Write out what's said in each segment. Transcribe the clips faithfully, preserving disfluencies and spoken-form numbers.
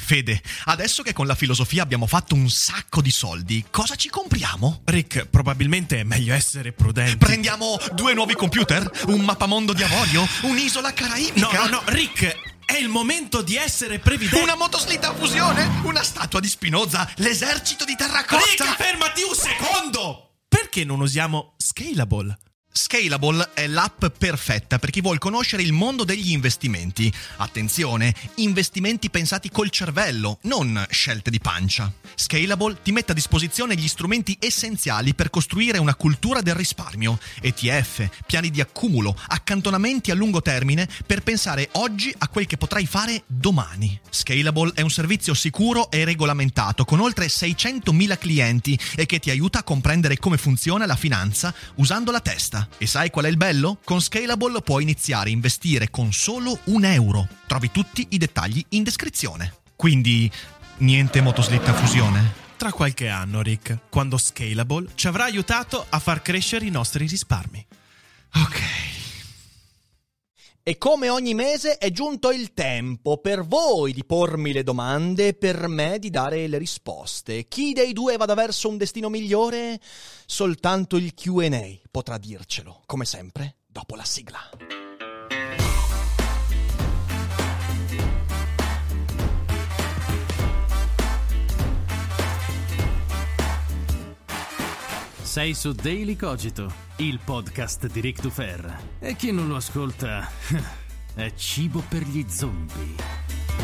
Fede, adesso che con la filosofia abbiamo fatto un sacco di soldi, cosa ci compriamo? Rick, probabilmente è meglio essere prudenti. Prendiamo due nuovi computer? Un mappamondo di avorio? Un'isola caraibica? No, no, no, Rick, è il momento di essere previdenti. Una motoslitta a fusione? Una statua di Spinoza? L'esercito di terracotta? Rick, fermati un secondo! Perché non usiamo Scalable? Scalable è l'app perfetta per chi vuol conoscere il mondo degli investimenti. Attenzione, investimenti pensati col cervello, non scelte di pancia. Scalable ti mette a disposizione gli strumenti essenziali per costruire una cultura del risparmio, E T F, piani di accumulo, accantonamenti a lungo termine per pensare oggi a quel che potrai fare domani. Scalable è un servizio sicuro e regolamentato con oltre seicentomila clienti e che ti aiuta a comprendere come funziona la finanza usando la testa. E sai qual è il bello? Con Scalable puoi iniziare a investire con solo un euro. Trovi tutti i dettagli in descrizione. Quindi, niente motoslitta a fusione? Tra qualche anno, Rick, quando Scalable ci avrà aiutato a far crescere i nostri risparmi. Ok. E come ogni mese è giunto il tempo per voi di pormi le domande e per me di dare le risposte. Chi dei due vada verso un destino migliore? Soltanto il Q and A potrà dircelo, come sempre, dopo la sigla. Sei su Daily Cogito, il podcast di Rick Dufer. E chi non lo ascolta è cibo per gli zombie.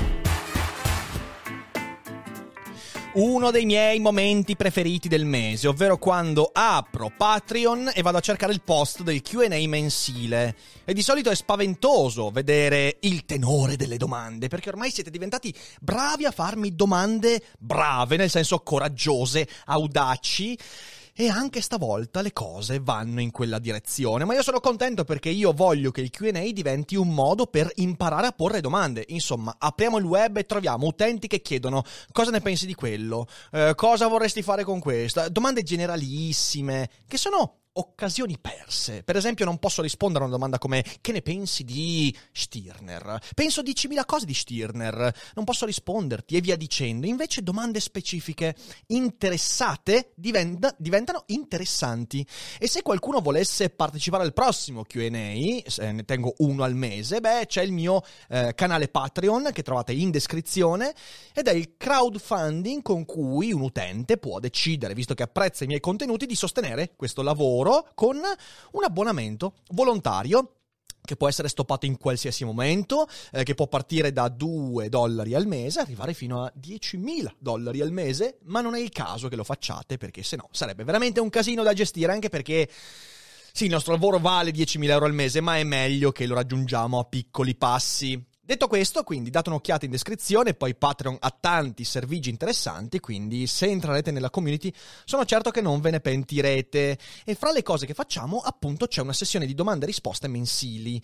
Uno dei miei momenti preferiti del mese, ovvero quando apro Patreon e vado a cercare il post del Q and A mensile. E di solito è spaventoso vedere il tenore delle domande, perché ormai siete diventati bravi a farmi domande brave, nel senso coraggiose, audaci. E anche stavolta le cose vanno in quella direzione, ma io sono contento perché io voglio che il Q and A diventi un modo per imparare a porre domande. Insomma, apriamo il web e troviamo utenti che chiedono cosa ne pensi di quello, eh, cosa vorresti fare con questa, domande generalissime, che sono occasioni perse. Per esempio, non posso rispondere a una domanda come che ne pensi di Stirner? Penso diecimila cose di Stirner, non posso risponderti e via dicendo. Invece domande specifiche interessate diventa, diventano interessanti. E se qualcuno volesse partecipare al prossimo Q and A, se ne tengo uno al mese, beh, c'è il mio eh, canale Patreon che trovate in descrizione ed è il crowdfunding con cui un utente può decidere, visto che apprezza i miei contenuti, di sostenere questo lavoro con un abbonamento volontario che può essere stoppato in qualsiasi momento, eh, che può partire da due dollari al mese, arrivare fino a diecimila dollari al mese, ma non è il caso che lo facciate, perché sennò sarebbe veramente un casino da gestire, anche perché sì, il nostro lavoro vale diecimila euro al mese, ma è meglio che lo raggiungiamo a piccoli passi. Detto questo, quindi date un'occhiata in descrizione, poi Patreon ha tanti servigi interessanti, quindi se entrerete nella community sono certo che non ve ne pentirete. E fra le cose che facciamo, appunto, c'è una sessione di domande e risposte mensili.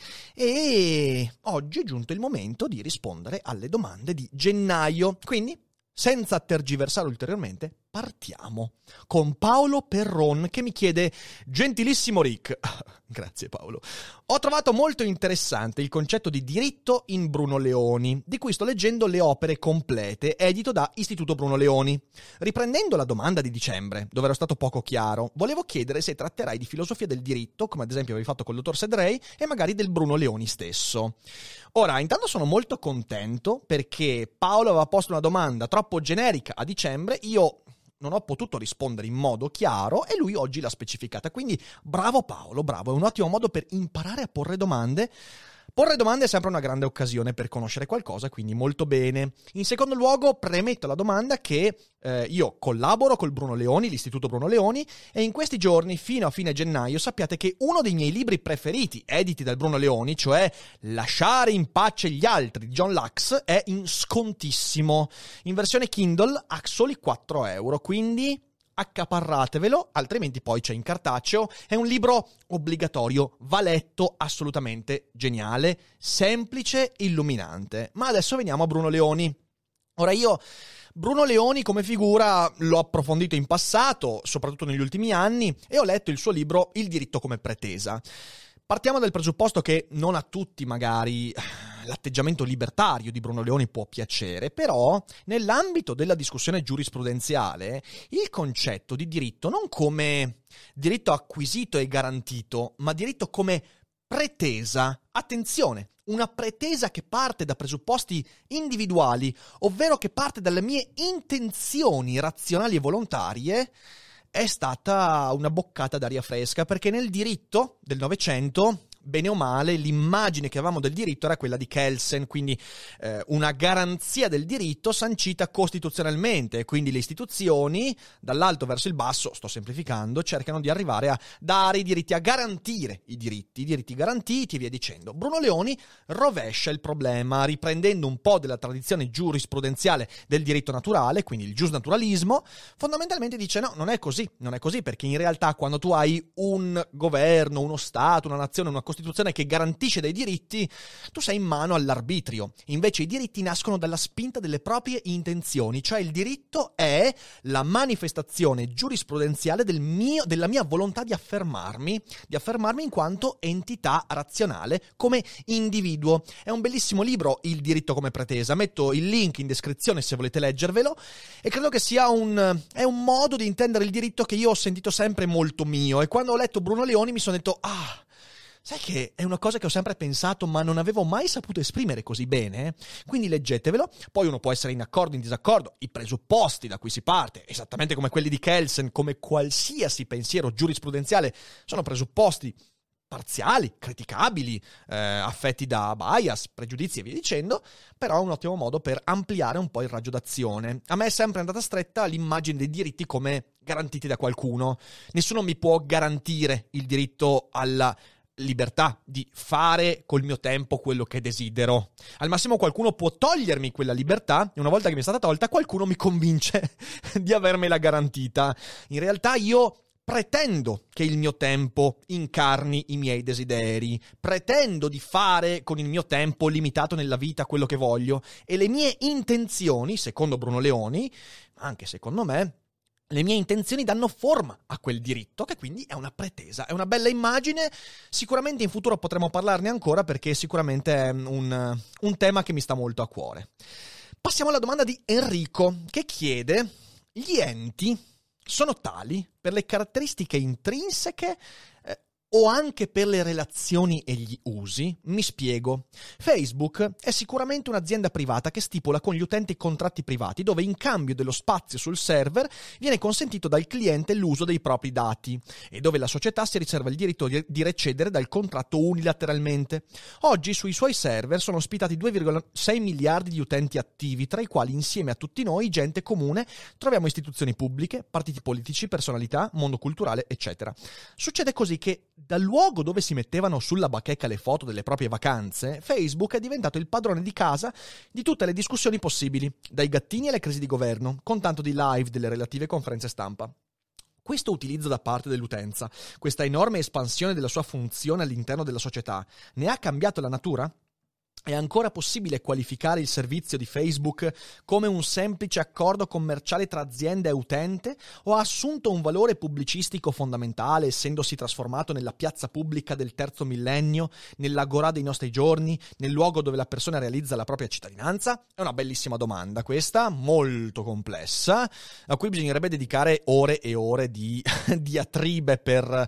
E oggi è giunto il momento di rispondere alle domande di gennaio. Quindi, senza tergiversare ulteriormente, partiamo con Paolo Perron che mi chiede: gentilissimo Rick, grazie Paolo, ho trovato molto interessante il concetto di diritto in Bruno Leoni, di cui sto leggendo le opere complete, edito da Istituto Bruno Leoni. Riprendendo la domanda di dicembre, dove ero stato poco chiaro, volevo chiedere se tratterai di filosofia del diritto, come ad esempio avevi fatto col dottor Sedrey, e magari del Bruno Leoni stesso. Ora, intanto sono molto contento perché Paolo aveva posto una domanda troppo generica a dicembre, io non ho potuto rispondere in modo chiaro e lui oggi l'ha specificata. Quindi bravo Paolo, bravo, è un ottimo modo per imparare a porre domande. Porre domande è sempre una grande occasione per conoscere qualcosa, quindi molto bene. In secondo luogo, premetto la domanda che eh, io collaboro col Bruno Leoni, l'Istituto Bruno Leoni, e in questi giorni, fino a fine gennaio, sappiate che uno dei miei libri preferiti, editi dal Bruno Leoni, cioè Lasciare in pace gli altri di John Lux, è in scontissimo. In versione Kindle a soli quattro euro, quindi accaparratevelo, altrimenti poi c'è in cartaceo. È un libro obbligatorio, va letto, assolutamente geniale, semplice, illuminante. Ma adesso veniamo a Bruno Leoni. Ora io Bruno Leoni come figura l'ho approfondito in passato, soprattutto negli ultimi anni, e ho letto il suo libro Il diritto come pretesa. Partiamo dal presupposto che non a tutti magari l'atteggiamento libertario di Bruno Leoni può piacere, però nell'ambito della discussione giurisprudenziale il concetto di diritto non come diritto acquisito e garantito, ma diritto come pretesa, attenzione, una pretesa che parte da presupposti individuali, ovvero che parte dalle mie intenzioni razionali e volontarie, è stata una boccata d'aria fresca, perché nel diritto del Novecento, bene o male, l'immagine che avevamo del diritto era quella di Kelsen, quindi eh, una garanzia del diritto sancita costituzionalmente, e quindi le istituzioni, dall'alto verso il basso, sto semplificando, cercano di arrivare a dare i diritti, a garantire i diritti, i diritti garantiti e via dicendo. Bruno Leoni rovescia il problema, riprendendo un po' della tradizione giurisprudenziale del diritto naturale, quindi il giusnaturalismo, fondamentalmente dice no, non è così, non è così, perché in realtà quando tu hai un governo, uno Stato, una nazione, una Costituzione che garantisce dei diritti, tu sei in mano all'arbitrio. Invece i diritti nascono dalla spinta delle proprie intenzioni, cioè il diritto è la manifestazione giurisprudenziale del mio, della mia volontà di affermarmi, di affermarmi in quanto entità razionale, come individuo. È un bellissimo libro, Il diritto come pretesa, metto il link in descrizione se volete leggervelo, e credo che sia un, è un modo di intendere il diritto che io ho sentito sempre molto mio, e quando ho letto Bruno Leoni mi sono detto, ah, sai che è una cosa che ho sempre pensato ma non avevo mai saputo esprimere così bene? Quindi leggetevelo, poi uno può essere in accordo, in disaccordo, i presupposti da cui si parte, esattamente come quelli di Kelsen, come qualsiasi pensiero giurisprudenziale, sono presupposti parziali, criticabili, eh, affetti da bias, pregiudizi e via dicendo, però è un ottimo modo per ampliare un po' il raggio d'azione. A me è sempre andata stretta l'immagine dei diritti come garantiti da qualcuno. Nessuno mi può garantire il diritto alla libertà di fare col mio tempo quello che desidero. Al massimo qualcuno può togliermi quella libertà, e una volta che mi è stata tolta qualcuno mi convince di avermela garantita. In realtà io pretendo che il mio tempo incarni i miei desideri, pretendo di fare con il mio tempo limitato nella vita quello che voglio, e le mie intenzioni, secondo Bruno Leoni, anche secondo me, le mie intenzioni danno forma a quel diritto, che quindi è una pretesa, è una bella immagine. Sicuramente in futuro potremo parlarne ancora, perché sicuramente è un, un tema che mi sta molto a cuore. Passiamo alla domanda di Enrico, che chiede: gli enti sono tali per le caratteristiche intrinseche eh, o anche per le relazioni e gli usi? Mi spiego. Facebook è sicuramente un'azienda privata che stipula con gli utenti contratti privati, dove in cambio dello spazio sul server viene consentito dal cliente l'uso dei propri dati, e dove la società si riserva il diritto di recedere dal contratto unilateralmente. Oggi sui suoi server sono ospitati due virgola sei miliardi di utenti attivi, tra i quali, insieme a tutti noi, gente comune, troviamo istituzioni pubbliche, partiti politici, personalità, mondo culturale, eccetera. Succede così che dal luogo dove si mettevano sulla bacheca le foto delle proprie vacanze, Facebook è diventato il padrone di casa di tutte le discussioni possibili, dai gattini alle crisi di governo, con tanto di live delle relative conferenze stampa. Questo utilizzo da parte dell'utenza, questa enorme espansione della sua funzione all'interno della società, ne ha cambiato la natura? È ancora possibile qualificare il servizio di Facebook come un semplice accordo commerciale tra azienda e utente, o ha assunto un valore pubblicistico fondamentale, essendosi trasformato nella piazza pubblica del terzo millennio, nell'agorà dei nostri giorni, nel luogo dove la persona realizza la propria cittadinanza? È una bellissima domanda questa, molto complessa, a cui bisognerebbe dedicare ore e ore di diatribe per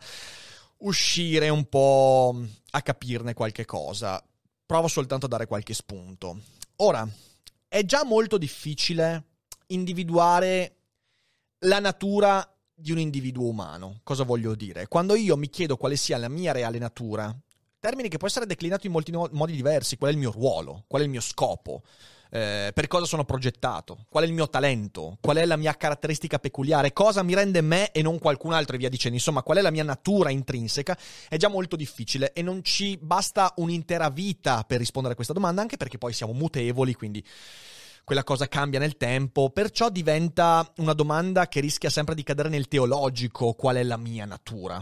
uscire un po' a capirne qualche cosa. Provo soltanto a dare qualche spunto. Ora, è già molto difficile individuare la natura di un individuo umano. Cosa voglio dire? Quando io mi chiedo quale sia la mia reale natura, termine che può essere declinato in molti no- modi diversi, qual è il mio ruolo, qual è il mio scopo, eh, per cosa sono progettato, qual è il mio talento, qual è la mia caratteristica peculiare, cosa mi rende me e non qualcun altro e via dicendo. Insomma, qual è la mia natura intrinseca, è già molto difficile, e non ci basta un'intera vita per rispondere a questa domanda, anche perché poi siamo mutevoli, quindi quella cosa cambia nel tempo, perciò diventa una domanda che rischia sempre di cadere nel teologico: qual è la mia natura?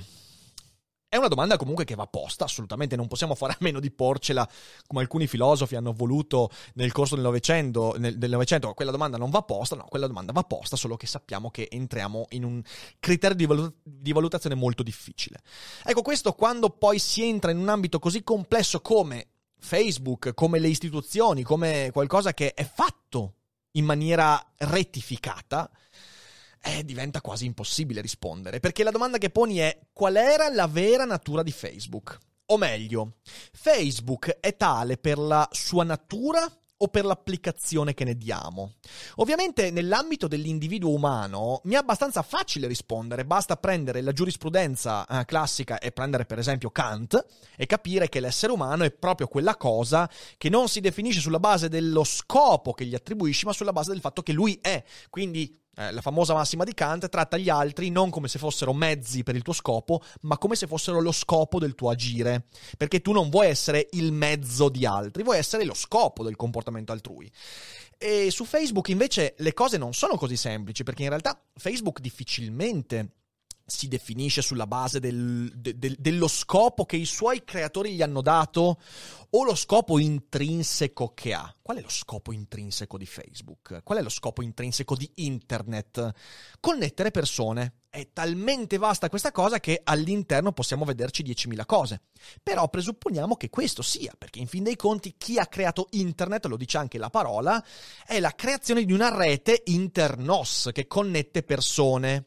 È una domanda comunque che va posta, assolutamente non possiamo fare a meno di porcela, come alcuni filosofi hanno voluto nel corso del Novecento, nel, del Novecento. Quella domanda non va posta, no, quella domanda va posta, solo che sappiamo che entriamo in un criterio di, valut- di valutazione molto difficile. Ecco, questo quando poi si entra in un ambito così complesso come Facebook, come le istituzioni, come qualcosa che è fatto in maniera rettificata, eh, diventa quasi impossibile rispondere. Perché la domanda che poni è: qual era la vera natura di Facebook? O meglio, Facebook è tale per la sua natura o per l'applicazione che ne diamo? Ovviamente nell'ambito dell'individuo umano mi è abbastanza facile rispondere, basta prendere la giurisprudenza eh, classica e prendere per esempio Kant e capire che l'essere umano è proprio quella cosa che non si definisce sulla base dello scopo che gli attribuisci, ma sulla base del fatto che lui è. Quindi Eh, la famosa massima di Kant tratta gli altri non come se fossero mezzi per il tuo scopo, ma come se fossero lo scopo del tuo agire, perché tu non vuoi essere il mezzo di altri, vuoi essere lo scopo del comportamento altrui. E su Facebook invece le cose non sono così semplici, perché in realtà Facebook difficilmente si definisce sulla base del, de, de, dello scopo che i suoi creatori gli hanno dato o lo scopo intrinseco che ha. Qual è lo scopo intrinseco di Facebook? Qual è lo scopo intrinseco di Internet? Connettere persone. È talmente vasta questa cosa che all'interno possiamo vederci diecimila cose. Però presupponiamo che questo sia, perché in fin dei conti chi ha creato Internet, lo dice anche la parola, è la creazione di una rete internos che connette persone.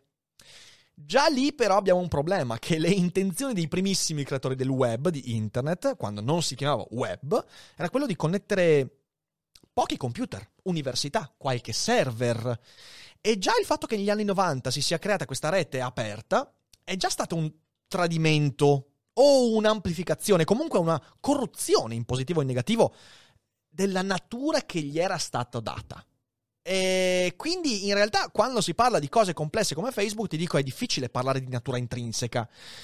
Già lì però abbiamo un problema, che le intenzioni dei primissimi creatori del web, di internet, quando non si chiamava web, era quello di connettere pochi computer, università, qualche server. E già il fatto che negli anni novanta si sia creata questa rete aperta è già stato un tradimento o un'amplificazione, comunque una corruzione in positivo o in negativo della natura che gli era stata data. E quindi in realtà quando si parla di cose complesse come Facebook, ti dico, è difficile parlare di natura intrinseca.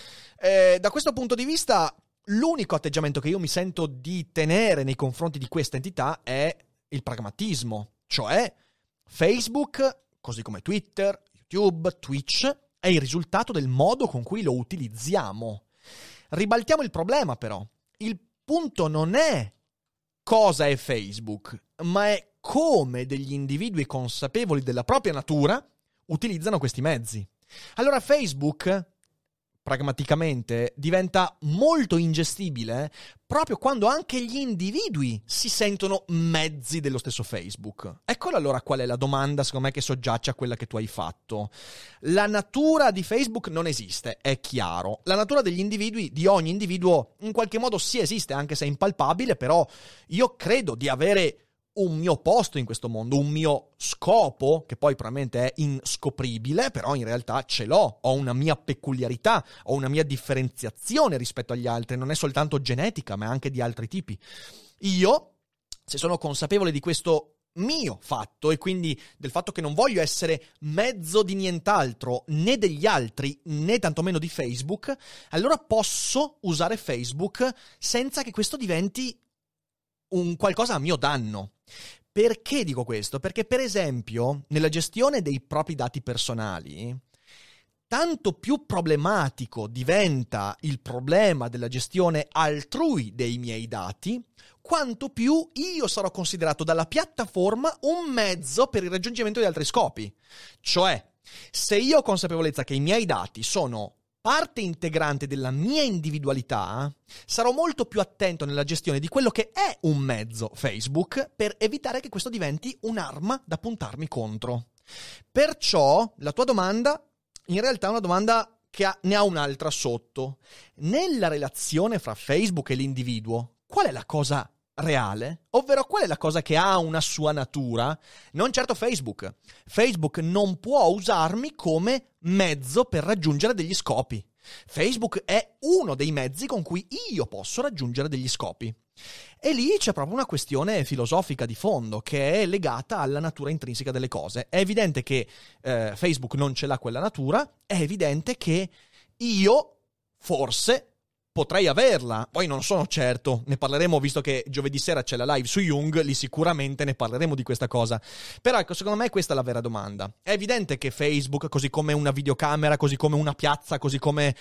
E da questo punto di vista l'unico atteggiamento che io mi sento di tenere nei confronti di questa entità è il pragmatismo, cioè Facebook, così come Twitter, YouTube, Twitch, è il risultato del modo con cui lo utilizziamo. Ribaltiamo il problema però. Il punto non è cosa è Facebook, ma è come degli individui consapevoli della propria natura utilizzano questi mezzi. Allora Facebook, pragmaticamente, diventa molto ingestibile proprio quando anche gli individui si sentono mezzi dello stesso Facebook. Eccola allora qual è la domanda, secondo me, che soggiace a quella che tu hai fatto. La natura di Facebook non esiste, è chiaro. La natura degli individui, di ogni individuo, in qualche modo sì esiste, anche se è impalpabile, però io credo di avere un mio posto in questo mondo, un mio scopo, che poi probabilmente è inscopribile, però in realtà ce l'ho, ho una mia peculiarità, ho una mia differenziazione rispetto agli altri, non è soltanto genetica, ma anche di altri tipi. Io, se sono consapevole di questo mio fatto e quindi del fatto che non voglio essere mezzo di nient'altro, né degli altri, né tantomeno di Facebook, allora posso usare Facebook senza che questo diventi un qualcosa a mio danno. Perché dico questo? Perché per esempio nella gestione dei propri dati personali tanto più problematico diventa il problema della gestione altrui dei miei dati, quanto più io sarò considerato dalla piattaforma un mezzo per il raggiungimento di altri scopi. Cioè, se io ho consapevolezza che i miei dati sono parte integrante della mia individualità, sarò molto più attento nella gestione di quello che è un mezzo Facebook per evitare che questo diventi un'arma da puntarmi contro. Perciò la tua domanda in realtà è una domanda che ha, ne ha un'altra sotto. Nella relazione fra Facebook e l'individuo, qual è la cosa reale? Ovvero qual è la cosa che ha una sua natura? Non certo Facebook. Facebook non può usarmi come mezzo per raggiungere degli scopi. Facebook è uno dei mezzi con cui io posso raggiungere degli scopi. E lì c'è proprio una questione filosofica di fondo che è legata alla natura intrinseca delle cose. È evidente che eh, Facebook non ce l'ha quella natura, è evidente che io forse potrei averla, poi non sono certo, ne parleremo visto che giovedì sera c'è la live su Jung, lì sicuramente ne parleremo di questa cosa. Però ecco, secondo me questa è la vera domanda. È evidente che Facebook, così come una videocamera, così come una piazza, così come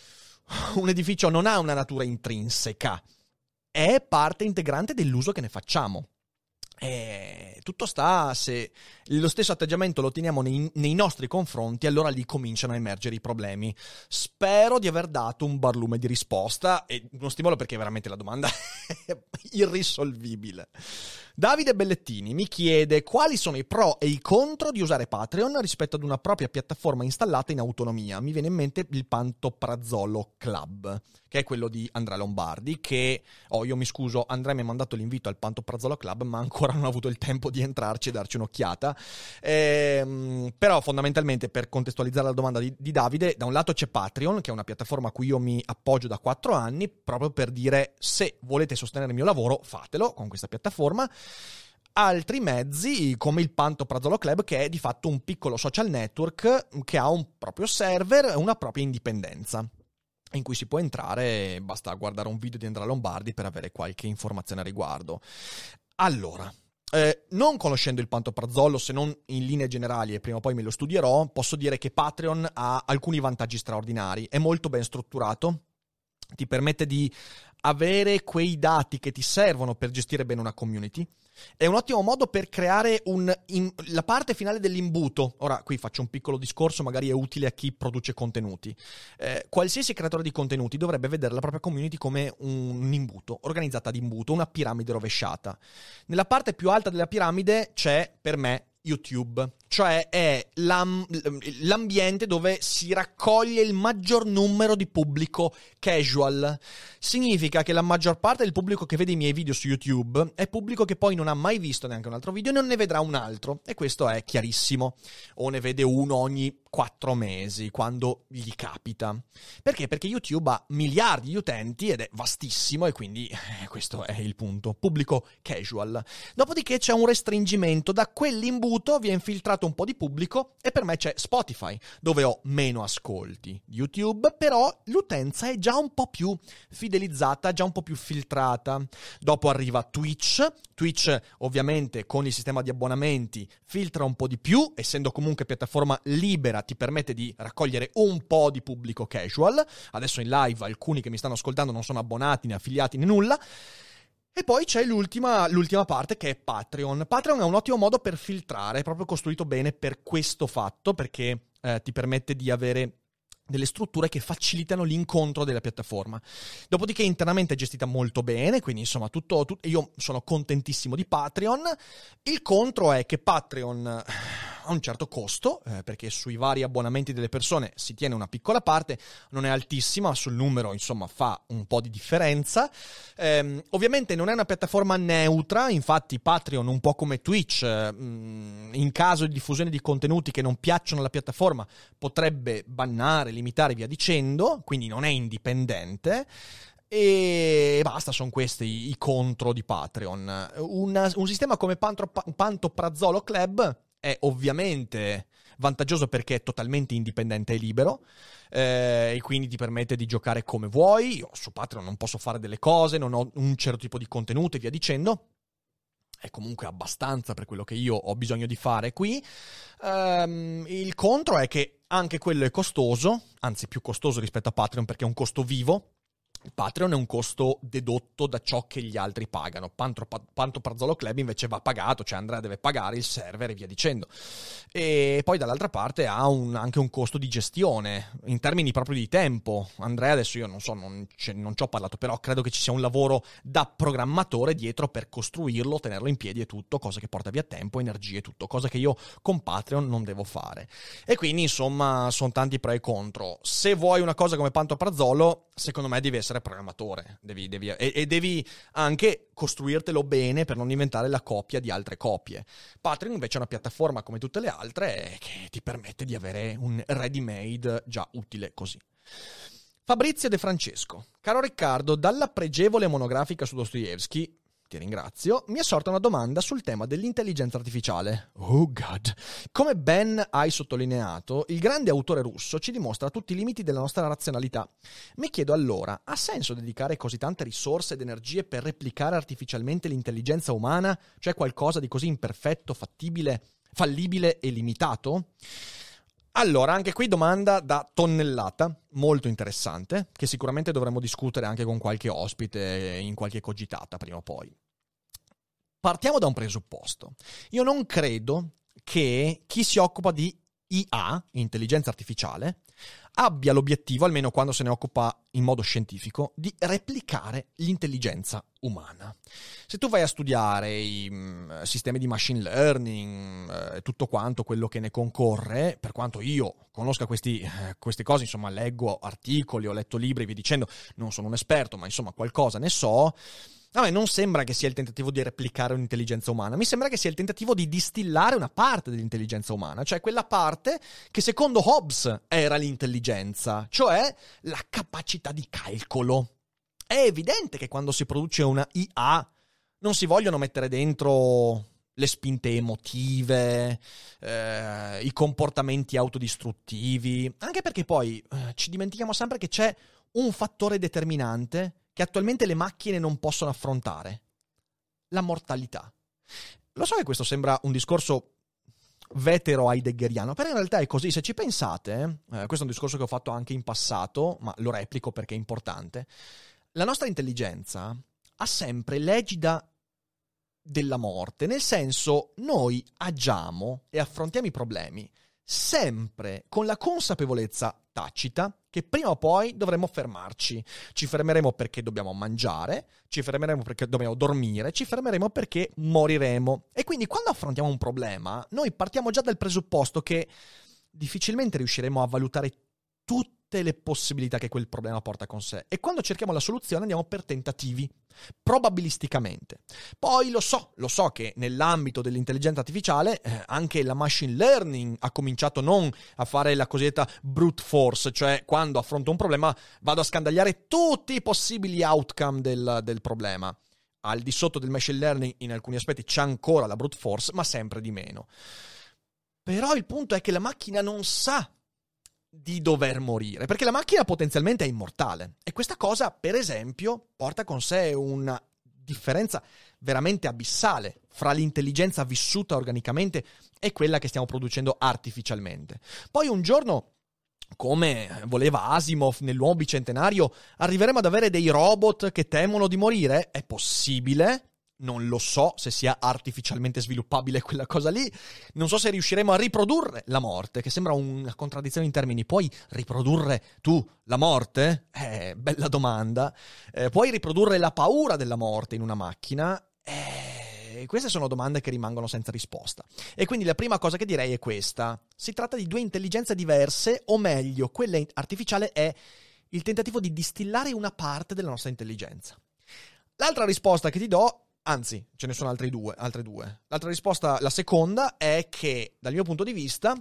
un edificio, non ha una natura intrinseca. È parte integrante dell'uso che ne facciamo. E tutto sta, se lo stesso atteggiamento lo teniamo nei, nei nostri confronti, allora lì cominciano a emergere i problemi. Spero di aver dato un barlume di risposta e uno stimolo, perché veramente la domanda è irrisolvibile. Davide Bellettini mi chiede quali sono i pro e i contro di usare Patreon rispetto ad una propria piattaforma installata in autonomia. Mi viene in mente il Pantoprazolo Club, che è quello di Andrea Lombardi, che, oh io mi scuso, Andrea mi ha mandato l'invito al Pantoprazolo Club, ma ancora non ho avuto il tempo di entrarci e darci un'occhiata. Ehm, però fondamentalmente, per contestualizzare la domanda di, di Davide, da un lato c'è Patreon, che è una piattaforma a cui io mi appoggio da quattro anni, proprio per dire: se volete sostenere il mio lavoro, fatelo con questa piattaforma. Altri mezzi come il Pantoprazolo Club, che è di fatto un piccolo social network che ha un proprio server e una propria indipendenza, in cui si può entrare, basta guardare un video di Andrea Lombardi per avere qualche informazione a riguardo. Allora, eh, non conoscendo il Pantoprazolo, se non in linee generali, e prima o poi me lo studierò, posso dire che Patreon ha alcuni vantaggi straordinari. È molto ben strutturato, ti permette di avere quei dati che ti servono per gestire bene una community. È un ottimo modo per creare un, in, la parte finale dell'imbuto. Ora, qui faccio un piccolo discorso, magari è utile a chi produce contenuti. Eh, qualsiasi creatore di contenuti dovrebbe vedere la propria community come un, un imbuto, organizzata ad imbuto, una piramide rovesciata. Nella parte più alta della piramide c'è, per me, YouTube, cioè è l'am- l'ambiente dove si raccoglie il maggior numero di pubblico casual. Significa che la maggior parte del pubblico che vede i miei video su YouTube è pubblico che poi non ha mai visto neanche un altro video e non ne vedrà un altro, e questo è chiarissimo, o ne vede uno ogni quattro mesi quando gli capita. Perché? Perché YouTube ha miliardi di utenti ed è vastissimo, e quindi eh, questo è il punto, pubblico casual. Dopodiché c'è un restringimento, da quell'imbuto viene infiltrato un po' di pubblico, e per me c'è Spotify, dove ho meno ascolti di YouTube, però l'utenza è già un po' più fidelizzata, già un po' più filtrata. Dopo arriva Twitch. Twitch ovviamente con il sistema di abbonamenti filtra un po' di più, essendo comunque piattaforma libera ti permette di raccogliere un po' di pubblico casual. Adesso in live alcuni che mi stanno ascoltando non sono abbonati né affiliati né nulla. E poi c'è l'ultima, l'ultima parte, che è Patreon. Patreon è un ottimo modo per filtrare, è proprio costruito bene per questo fatto, perché eh, ti permette di avere delle strutture che facilitano l'incontro della piattaforma. Dopodiché internamente è gestita molto bene, quindi insomma tutto, tutto io sono contentissimo di Patreon. Il contro è che Patreon ha un certo costo, eh, perché sui vari abbonamenti delle persone si tiene una piccola parte, non è altissima, sul numero insomma fa un po' di differenza. Eh, ovviamente non è una piattaforma neutra, infatti Patreon, un po' come Twitch, eh, in caso di diffusione di contenuti che non piacciono alla piattaforma, potrebbe bannare, limitare, via dicendo, quindi non è indipendente. E basta, sono questi i, i contro di Patreon. Una, un sistema come Panto, Pantoprazolo Club è ovviamente vantaggioso perché è totalmente indipendente e libero, eh, e quindi ti permette di giocare come vuoi. Io su Patreon non posso fare delle cose, non ho un certo tipo di contenuti e via dicendo. È comunque abbastanza per quello che io ho bisogno di fare qui. Um, il contro è che anche quello è costoso, anzi più costoso rispetto a Patreon, perché è un costo vivo. Patreon è un costo dedotto da ciò che gli altri pagano. Pantoprazolo Club invece va pagato, cioè Andrea deve pagare il server e via dicendo. E poi dall'altra parte ha un, anche un costo di gestione in termini proprio di tempo. Andrea, adesso io non so, non, non ci ho parlato, però credo che ci sia un lavoro da programmatore dietro per costruirlo, tenerlo in piedi e tutto, cosa che porta via tempo, energie e tutto, cosa che io con Patreon non devo fare. E quindi insomma sono tanti pro e contro. Se vuoi una cosa come Pantoprazolo, secondo me devi essere programmatore, devi, devi, e, e devi anche costruirtelo bene per non diventare la copia di altre copie. Patreon invece è una piattaforma come tutte le altre che ti permette di avere un ready made già utile così. Fabrizio De Francesco: caro Riccardo, dalla pregevole monografica su Dostoevsky, ti ringrazio, mi è sorta una domanda sul tema dell'intelligenza artificiale. Oh god. Come ben hai sottolineato, il grande autore russo ci dimostra tutti i limiti della nostra razionalità. Mi chiedo allora, ha senso dedicare così tante risorse ed energie per replicare artificialmente l'intelligenza umana, cioè qualcosa di così imperfetto, fattibile, fallibile e limitato? Allora, anche qui domanda da tonnellata, molto interessante, che sicuramente dovremo discutere anche con qualche ospite in qualche cogitata prima o poi. partiamo da un presupposto. Io non credo che chi si occupa di I A, intelligenza artificiale, abbia l'obiettivo, almeno quando se ne occupa in modo scientifico, di replicare l'intelligenza umana. Se tu vai a studiare i mh, sistemi di machine learning, eh, tutto quanto quello che ne concorre, per quanto io conosca questi, eh, queste cose, insomma, leggo articoli, ho letto libri, vi dicendo, non sono un esperto, ma insomma qualcosa ne so. A me non sembra che sia il tentativo di replicare un'intelligenza umana, mi sembra che sia il tentativo di distillare una parte dell'intelligenza umana, cioè quella parte che secondo Hobbes era l'intelligenza, cioè la capacità di calcolo. È evidente che quando si produce una I A non si vogliono mettere dentro le spinte emotive, eh, i comportamenti autodistruttivi, anche perché poi eh, ci dimentichiamo sempre che c'è un fattore determinante che attualmente le macchine non possono affrontare: la mortalità. Lo so che questo sembra un discorso vetero-heideggeriano, però in realtà è così. Se ci pensate, eh, questo è un discorso che ho fatto anche in passato, ma lo replico perché è importante, la nostra intelligenza ha sempre l'egida della morte, nel senso, noi agiamo e affrontiamo i problemi sempre con la consapevolezza tacita che prima o poi dovremo fermarci. Ci fermeremo perché dobbiamo mangiare, ci fermeremo perché dobbiamo dormire, ci fermeremo perché moriremo. E quindi quando affrontiamo un problema, noi partiamo già dal presupposto che difficilmente riusciremo a valutare tutte le possibilità che quel problema porta con sé. E quando cerchiamo la soluzione andiamo per tentativi, probabilisticamente. Poi lo so, lo so che nell'ambito dell'intelligenza artificiale eh, anche la machine learning ha cominciato non a fare la cosiddetta brute force, cioè quando affronto un problema vado a scandagliare tutti i possibili outcome del, del problema. Al di sotto del machine learning in alcuni aspetti c'è ancora la brute force, ma sempre di meno. Però il punto è che la macchina non sa di dover morire, perché la macchina potenzialmente è immortale, e questa cosa, per esempio, porta con sé una differenza veramente abissale fra l'intelligenza vissuta organicamente e quella che stiamo producendo artificialmente. Poi un giorno, come voleva Asimov nell'Uomo Bicentenario, arriveremo ad avere dei robot che temono di morire? È possibile? Non lo so se sia artificialmente sviluppabile quella cosa lì. Non so se riusciremo a riprodurre la morte, che sembra una contraddizione in termini. Puoi riprodurre tu la morte? Eh, bella domanda. Eh, puoi riprodurre la paura della morte in una macchina? Eh, queste sono domande che rimangono senza risposta. E quindi la prima cosa che direi è questa. Si tratta di due intelligenze diverse, o meglio, quella artificiale è il tentativo di distillare una parte della nostra intelligenza. L'altra risposta che ti do, anzi, ce ne sono altre due, altre due. L'altra risposta, la seconda, è che, dal mio punto di vista,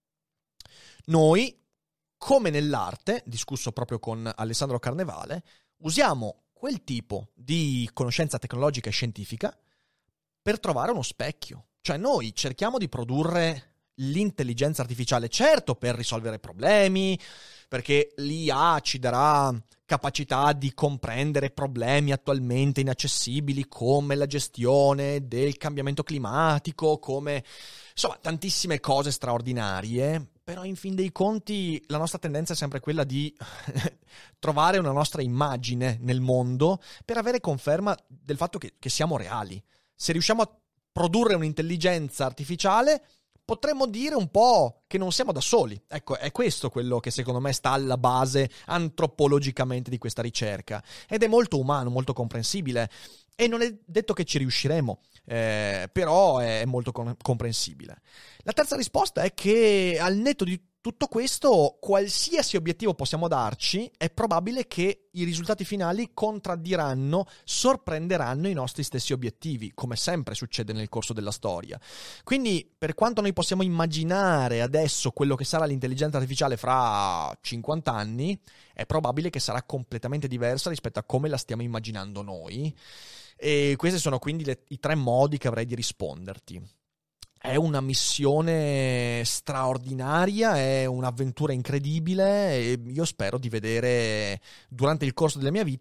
noi, come nell'arte, discusso proprio con Alessandro Carnevale, usiamo quel tipo di conoscenza tecnologica e scientifica per trovare uno specchio. Cioè noi cerchiamo di produrre l'intelligenza artificiale, certo per risolvere problemi, perché l'I A ci darà capacità di comprendere problemi attualmente inaccessibili come la gestione del cambiamento climatico, come insomma tantissime cose straordinarie, però in fin dei conti la nostra tendenza è sempre quella di trovare una nostra immagine nel mondo per avere conferma del fatto che, che siamo reali. Se riusciamo a produrre un'intelligenza artificiale, potremmo dire un po' che non siamo da soli. Ecco, è questo quello che secondo me sta alla base antropologicamente di questa ricerca. Ed è molto umano, molto comprensibile. E non è detto che ci riusciremo, eh, però è molto com- comprensibile. La terza risposta è che al netto di tutto questo, qualsiasi obiettivo possiamo darci, è probabile che i risultati finali contraddiranno, sorprenderanno i nostri stessi obiettivi, come sempre succede nel corso della storia. Quindi, per quanto noi possiamo immaginare adesso quello che sarà l'intelligenza artificiale fra cinquanta anni, è probabile che sarà completamente diversa rispetto a come la stiamo immaginando noi. E questi sono quindi le, i tre modi che avrei di risponderti. È una missione straordinaria, è un'avventura incredibile e io spero di vedere durante il corso della mia vita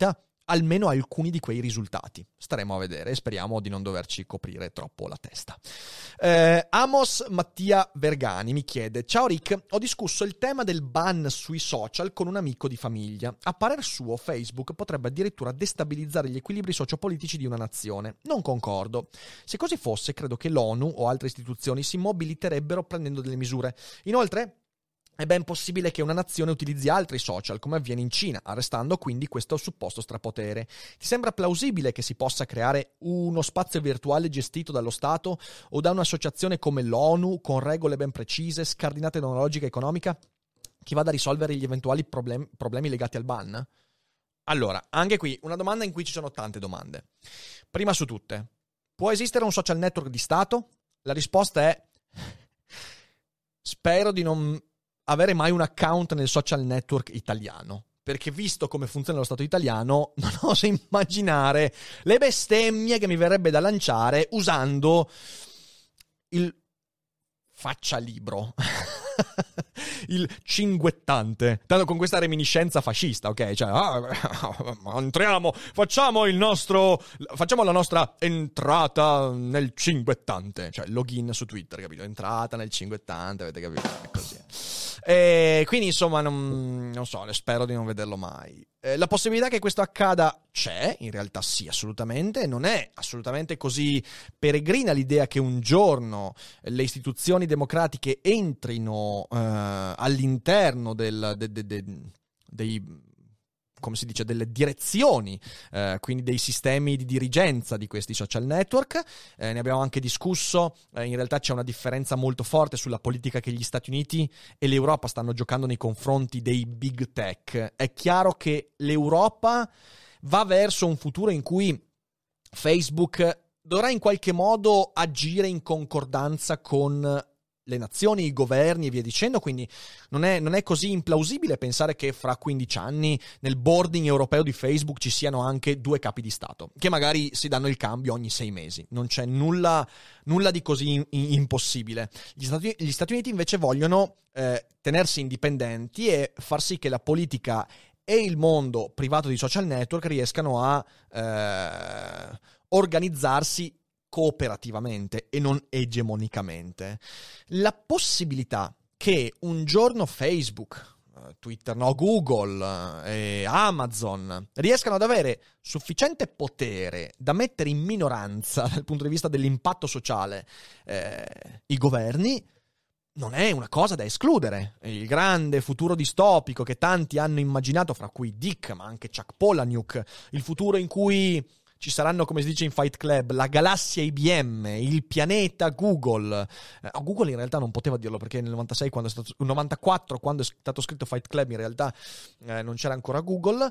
almeno alcuni di quei risultati. Staremo a vedere e speriamo di non doverci coprire troppo la testa. Eh, Amos Mattia Vergani mi chiede: ciao Rick, ho discusso il tema del ban sui social con un amico di famiglia. A parer suo, Facebook potrebbe addirittura destabilizzare gli equilibri sociopolitici di una nazione. Non concordo. Se così fosse, credo che l'ONU o altre istituzioni si mobiliterebbero prendendo delle misure. Inoltre, è ben possibile che una nazione utilizzi altri social, come avviene in Cina, arrestando quindi questo supposto strapotere. Ti sembra plausibile che si possa creare uno spazio virtuale gestito dallo Stato o da un'associazione come l'ONU, con regole ben precise, scardinate da una logica economica, che vada a risolvere gli eventuali problem- problemi legati al ban? Allora, anche qui, una domanda in cui ci sono tante domande. Prima su tutte, può esistere un social network di Stato? La risposta è: spero di non avere mai un account nel social network italiano, perché visto come funziona lo Stato italiano non oso immaginare le bestemmie che mi verrebbe da lanciare usando il faccialibro il cinguettante, tanto con questa reminiscenza fascista, ok? Cioè, ah, entriamo, facciamo il nostro, facciamo la nostra entrata nel cinguettante, cioè login su Twitter, capito? Entrata nel cinguettante, avete capito? È così. E quindi insomma non, non so, spero di non vederlo mai. Eh, la possibilità che questo accada c'è, in realtà sì, assolutamente. Non è assolutamente così peregrina l'idea che un giorno le istituzioni democratiche entrino eh, all'interno del, de, de, de, dei, come si dice, delle direzioni, eh, quindi dei sistemi di dirigenza di questi social network. Eh, ne abbiamo anche discusso. Eh, in realtà c'è una differenza molto forte sulla politica che gli Stati Uniti e l'Europa stanno giocando nei confronti dei big tech. È chiaro che l'Europa va verso un futuro in cui Facebook dovrà in qualche modo agire in concordanza con le nazioni, i governi e via dicendo, quindi non è, non è così implausibile pensare che fra quindici anni nel boarding europeo di Facebook ci siano anche due capi di Stato, che magari si danno il cambio ogni sei mesi. Non c'è nulla, nulla di così in, in, impossibile. Gli Stati, gli Stati Uniti invece vogliono eh, tenersi indipendenti e far sì che la politica e il mondo privato di social network riescano a eh, organizzarsi cooperativamente e non egemonicamente. La possibilità che un giorno Facebook, Twitter, no, Google e Amazon riescano ad avere sufficiente potere da mettere in minoranza dal punto di vista dell'impatto sociale eh, i governi non è una cosa da escludere. Il grande futuro distopico che tanti hanno immaginato, fra cui Dick ma anche Chuck Palahniuk, il futuro in cui ci saranno, come si dice in Fight Club, la galassia I B M, il pianeta Google. Eh, Google in realtà non poteva dirlo, perché nel novantasei, quando è stato, novantaquattro, quando è stato scritto Fight Club, in realtà eh, non c'era ancora Google.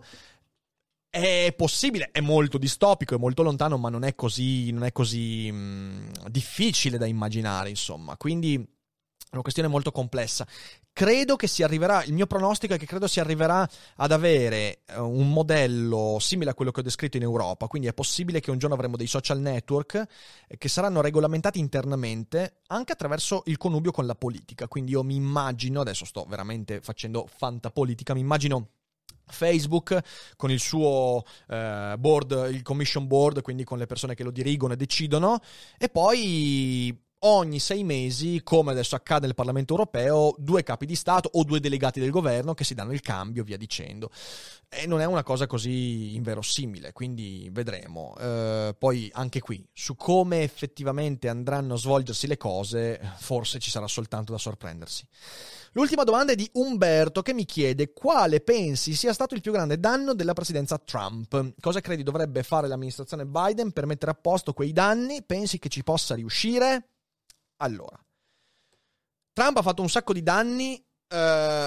È possibile, è molto distopico, è molto lontano, ma non è così, non è così mh, difficile da immaginare, insomma. Quindi è una questione molto complessa. Credo che si arriverà, il mio pronostico è che credo si arriverà ad avere un modello simile a quello che ho descritto in Europa, quindi è possibile che un giorno avremo dei social network che saranno regolamentati internamente anche attraverso il connubio con la politica. Quindi io mi immagino, adesso sto veramente facendo fantapolitica, mi immagino Facebook con il suo eh, board, il commission board, quindi con le persone che lo dirigono e decidono, e poi ogni sei mesi, come adesso accade nel Parlamento europeo, due capi di Stato o due delegati del governo che si danno il cambio, via dicendo. E non è una cosa così inverosimile, quindi vedremo. Eh, poi anche qui, su come effettivamente andranno a svolgersi le cose, forse ci sarà soltanto da sorprendersi. L'ultima domanda è di Umberto, che mi chiede: quale pensi sia stato il più grande danno della presidenza Trump? Cosa credi dovrebbe fare l'amministrazione Biden per mettere a posto quei danni? Pensi che ci possa riuscire? Allora, Trump ha fatto un sacco di danni, eh,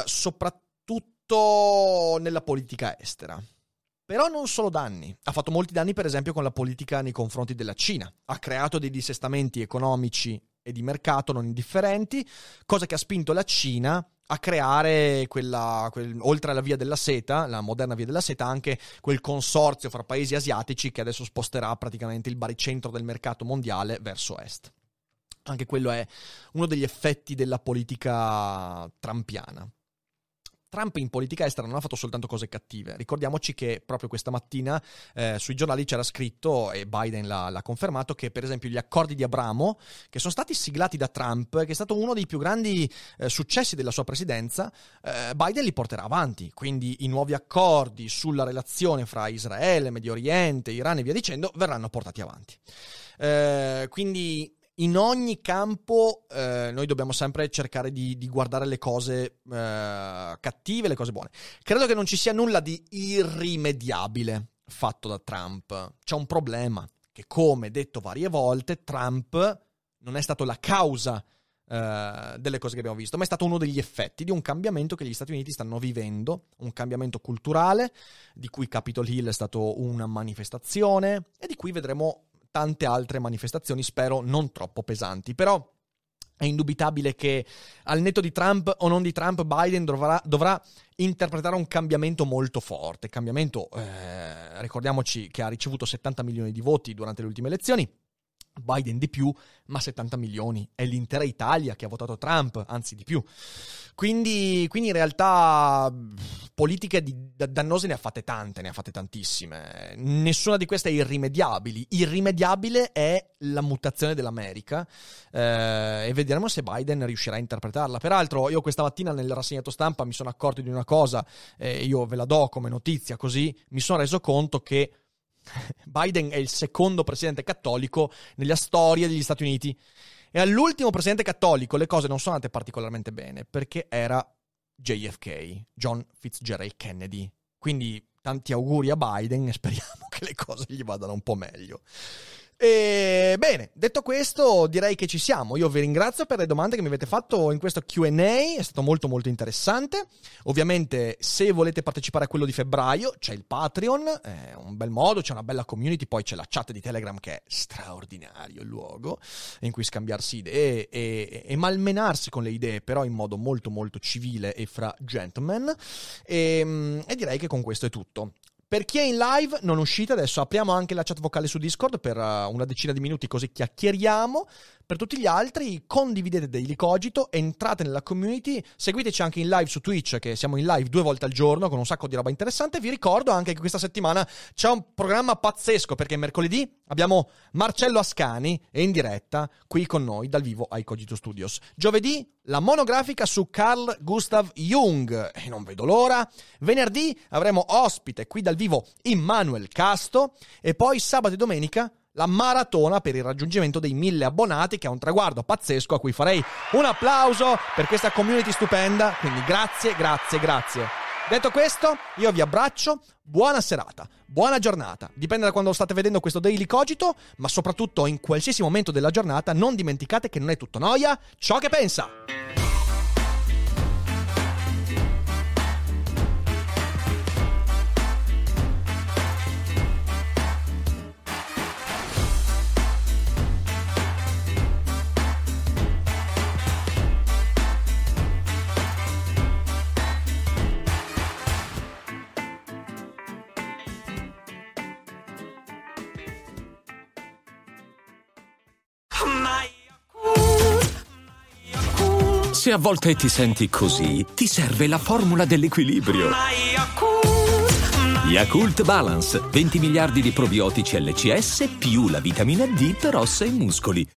soprattutto nella politica estera. Però non solo danni. Ha fatto molti danni, per esempio, con la politica nei confronti della Cina. Ha creato degli dissestamenti economici e di mercato non indifferenti, cosa che ha spinto la Cina a creare quella, quel, oltre alla via della seta, la moderna via della seta, anche quel consorzio fra paesi asiatici che adesso sposterà praticamente il baricentro del mercato mondiale verso est. Anche quello è uno degli effetti della politica trumpiana. Trump in politica estera non ha fatto soltanto cose cattive. Ricordiamoci che proprio questa mattina eh, sui giornali c'era scritto, e Biden l'ha, l'ha confermato, che per esempio gli accordi di Abramo, che sono stati siglati da Trump, che è stato uno dei più grandi eh, successi della sua presidenza, eh, Biden li porterà avanti. Quindi i nuovi accordi sulla relazione fra Israele, Medio Oriente, Iran e via dicendo verranno portati avanti. Eh, quindi in ogni campo eh, noi dobbiamo sempre cercare di, di guardare le cose eh, cattive, le cose buone. Credo che non ci sia nulla di irrimediabile fatto da Trump. C'è un problema, che come detto varie volte, Trump non è stato la causa eh, delle cose che abbiamo visto, ma è stato uno degli effetti di un cambiamento che gli Stati Uniti stanno vivendo, un cambiamento culturale, di cui Capitol Hill è stato una manifestazione, e di cui vedremo tante altre manifestazioni, spero non troppo pesanti. Però è indubitabile che al netto di Trump o non di Trump, Biden dovrà, dovrà interpretare un cambiamento molto forte. Cambiamento, eh, ricordiamoci che ha ricevuto settanta milioni di voti durante le ultime elezioni, Biden di più, ma settanta milioni. È l'intera Italia che ha votato Trump, anzi di più. Quindi, quindi in realtà politiche di, dannose ne ha fatte tante, ne ha fatte tantissime. Nessuna di queste è irrimediabile. Irrimediabile è la mutazione dell'America eh, e vedremo se Biden riuscirà a interpretarla. Peraltro io questa mattina nel rassegnato stampa mi sono accorto di una cosa, eh, io ve la do come notizia così, mi sono reso conto che Biden è il secondo presidente cattolico nella storia degli Stati Uniti. E all'ultimo presidente cattolico le cose non sono andate particolarmente bene, perché era J F K, John Fitzgerald Kennedy. Quindi tanti auguri a Biden e speriamo che le cose gli vadano un po' meglio. E bene, detto questo, direi che ci siamo. Io vi ringrazio per le domande che mi avete fatto in questo Q and A, è stato molto molto interessante. Ovviamente se volete partecipare a quello di febbraio c'è il Patreon, è un bel modo, c'è una bella community, poi c'è la chat di Telegram che è straordinario, il luogo in cui scambiarsi idee e, e malmenarsi con le idee, però in modo molto molto civile e fra gentlemen. E, e direi che con questo è tutto. Per chi è in live, non uscite, adesso apriamo anche la chat vocale su Discord per uh, una decina di minuti, così chiacchieriamo. Per tutti gli altri, condividete Daily Cogito, entrate nella community, seguiteci anche in live su Twitch, che siamo in live due volte al giorno con un sacco di roba interessante. Vi ricordo anche che questa settimana c'è un programma pazzesco, perché mercoledì abbiamo Marcello Ascani e in diretta qui con noi dal vivo ai Cogito Studios. Giovedì la monografica su Carl Gustav Jung, e non vedo l'ora. Venerdì avremo ospite qui dal vivo Immanuel Casto, e poi sabato e domenica la maratona per il raggiungimento dei mille abbonati, che è un traguardo pazzesco a cui farei un applauso per questa community stupenda. Quindi grazie, grazie, grazie. Detto questo, io vi abbraccio, buona serata, buona giornata, dipende da quando state vedendo questo Daily Cogito, ma soprattutto in qualsiasi momento della giornata non dimenticate che non è tutto noia ciò che pensa. Se a volte ti senti così, ti serve la formula dell'equilibrio. Yakult Balance, venti miliardi di probiotici L C S più la vitamina D per ossa e muscoli.